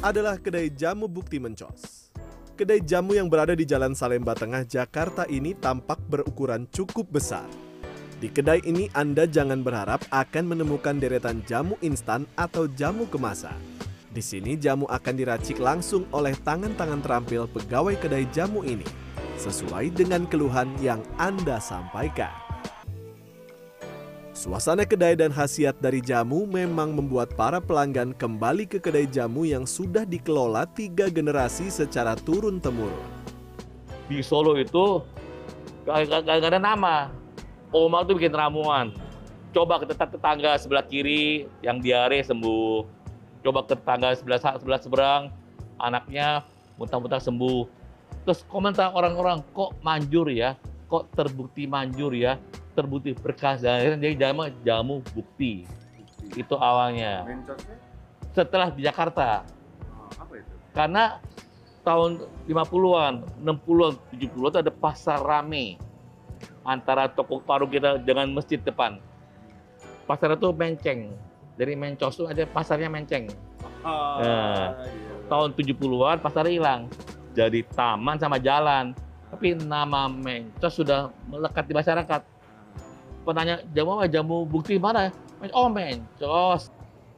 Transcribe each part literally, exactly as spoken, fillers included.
adalah kedai jamu Bukti Mencos. Kedai jamu yang berada di Jalan Salemba Tengah, Jakarta ini tampak berukuran cukup besar. Di kedai ini Anda jangan berharap akan menemukan deretan jamu instan atau jamu kemasan. Di sini jamu akan diracik langsung oleh tangan-tangan terampil pegawai kedai jamu ini, sesuai dengan keluhan yang Anda sampaikan. Suasana kedai dan khasiat dari jamu memang membuat para pelanggan kembali ke kedai jamu yang sudah dikelola tiga generasi secara turun-temurun. Di Solo itu gak ada nama. Oma tuh bikin ramuan. Coba ke tetangga sebelah kiri yang diare sembuh. Coba ke tetangga sebelah sebelah seberang, anaknya muntah-muntah sembuh. Terus komentar orang-orang, kok manjur ya? Kok terbukti manjur ya? Terbukti berkas, dan jadi jamu, jamu bukti. bukti. Itu awalnya. Mencosnya? Setelah di Jakarta. Oh, apa itu? Karena tahun lima puluhan, enam puluhan, tujuh puluhan itu ada pasar rame antara toko warung kita dengan masjid depan. Pasar itu menceng. Dari Mencos itu ada pasarnya menceng. Oh, nah, iya. Tahun tujuh puluhan pasarnya hilang. Jadi taman sama jalan. Tapi nama Mencos sudah melekat di masyarakat. Penanya jamu apa? Jamu bukti mana? Oh, Mencos.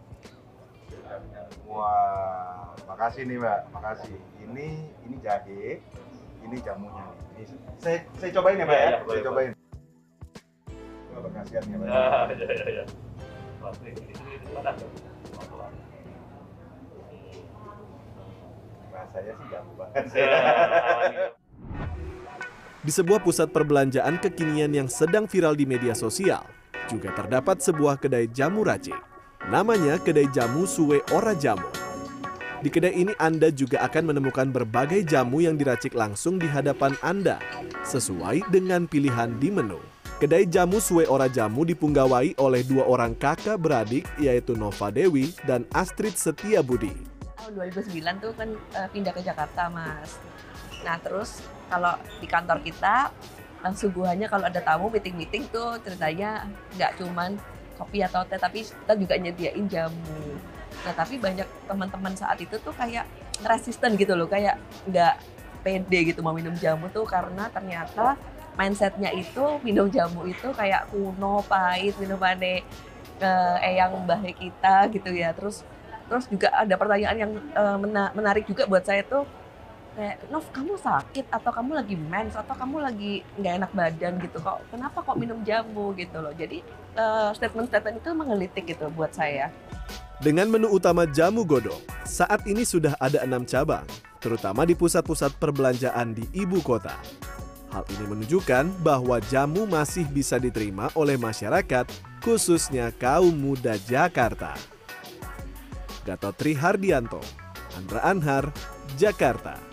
Wah, makasih nih Mbak, makasih. Ini ini jahe, ini jamunya nih. Ini, saya saya cobain ya Mbak ya, ya, ya saya cobain. Wah, makasih ya Mbak. Ya, ya, ya, ya. Rasanya sih jamu banget. Di sebuah pusat perbelanjaan kekinian yang sedang viral di media sosial, juga terdapat sebuah kedai jamu racik. Namanya Kedai Jamu Suwe Ora Jamu. Di kedai ini Anda juga akan menemukan berbagai jamu yang diracik langsung di hadapan Anda, sesuai dengan pilihan di menu. Kedai Jamu Suwe Ora Jamu dipunggawai oleh dua orang kakak beradik, yaitu Nova Dewi dan Astrid Setiabudi. Tahun dua ribu sembilan tuh kan uh, pindah ke Jakarta, Mas. Nah terus kalau di kantor kita suguhannya kalau ada tamu meeting-meeting tuh ceritanya nggak cuman kopi atau teh, tapi kita juga nyediain jamu. Nah tapi banyak teman-teman saat itu tuh kayak resisten gitu loh, kayak nggak pede gitu mau minum jamu tuh karena ternyata mindsetnya itu minum jamu itu kayak kuno, pahit, minumannya eh, eyang mbah kita gitu ya. Terus terus juga ada pertanyaan yang eh, menarik juga buat saya tuh. Kayak, Nov, kamu sakit atau kamu lagi mens atau kamu lagi nggak enak badan gitu kok? Kenapa kok minum jamu gitu loh? Jadi uh, statement-statement itu menggelitik gitu buat saya. Dengan menu utama jamu godong, saat ini sudah ada enam cabang, terutama di pusat-pusat perbelanjaan di ibu kota. Hal ini menunjukkan bahwa jamu masih bisa diterima oleh masyarakat, khususnya kaum muda Jakarta. Gatotri Hardianto, Andra Anhar, Jakarta.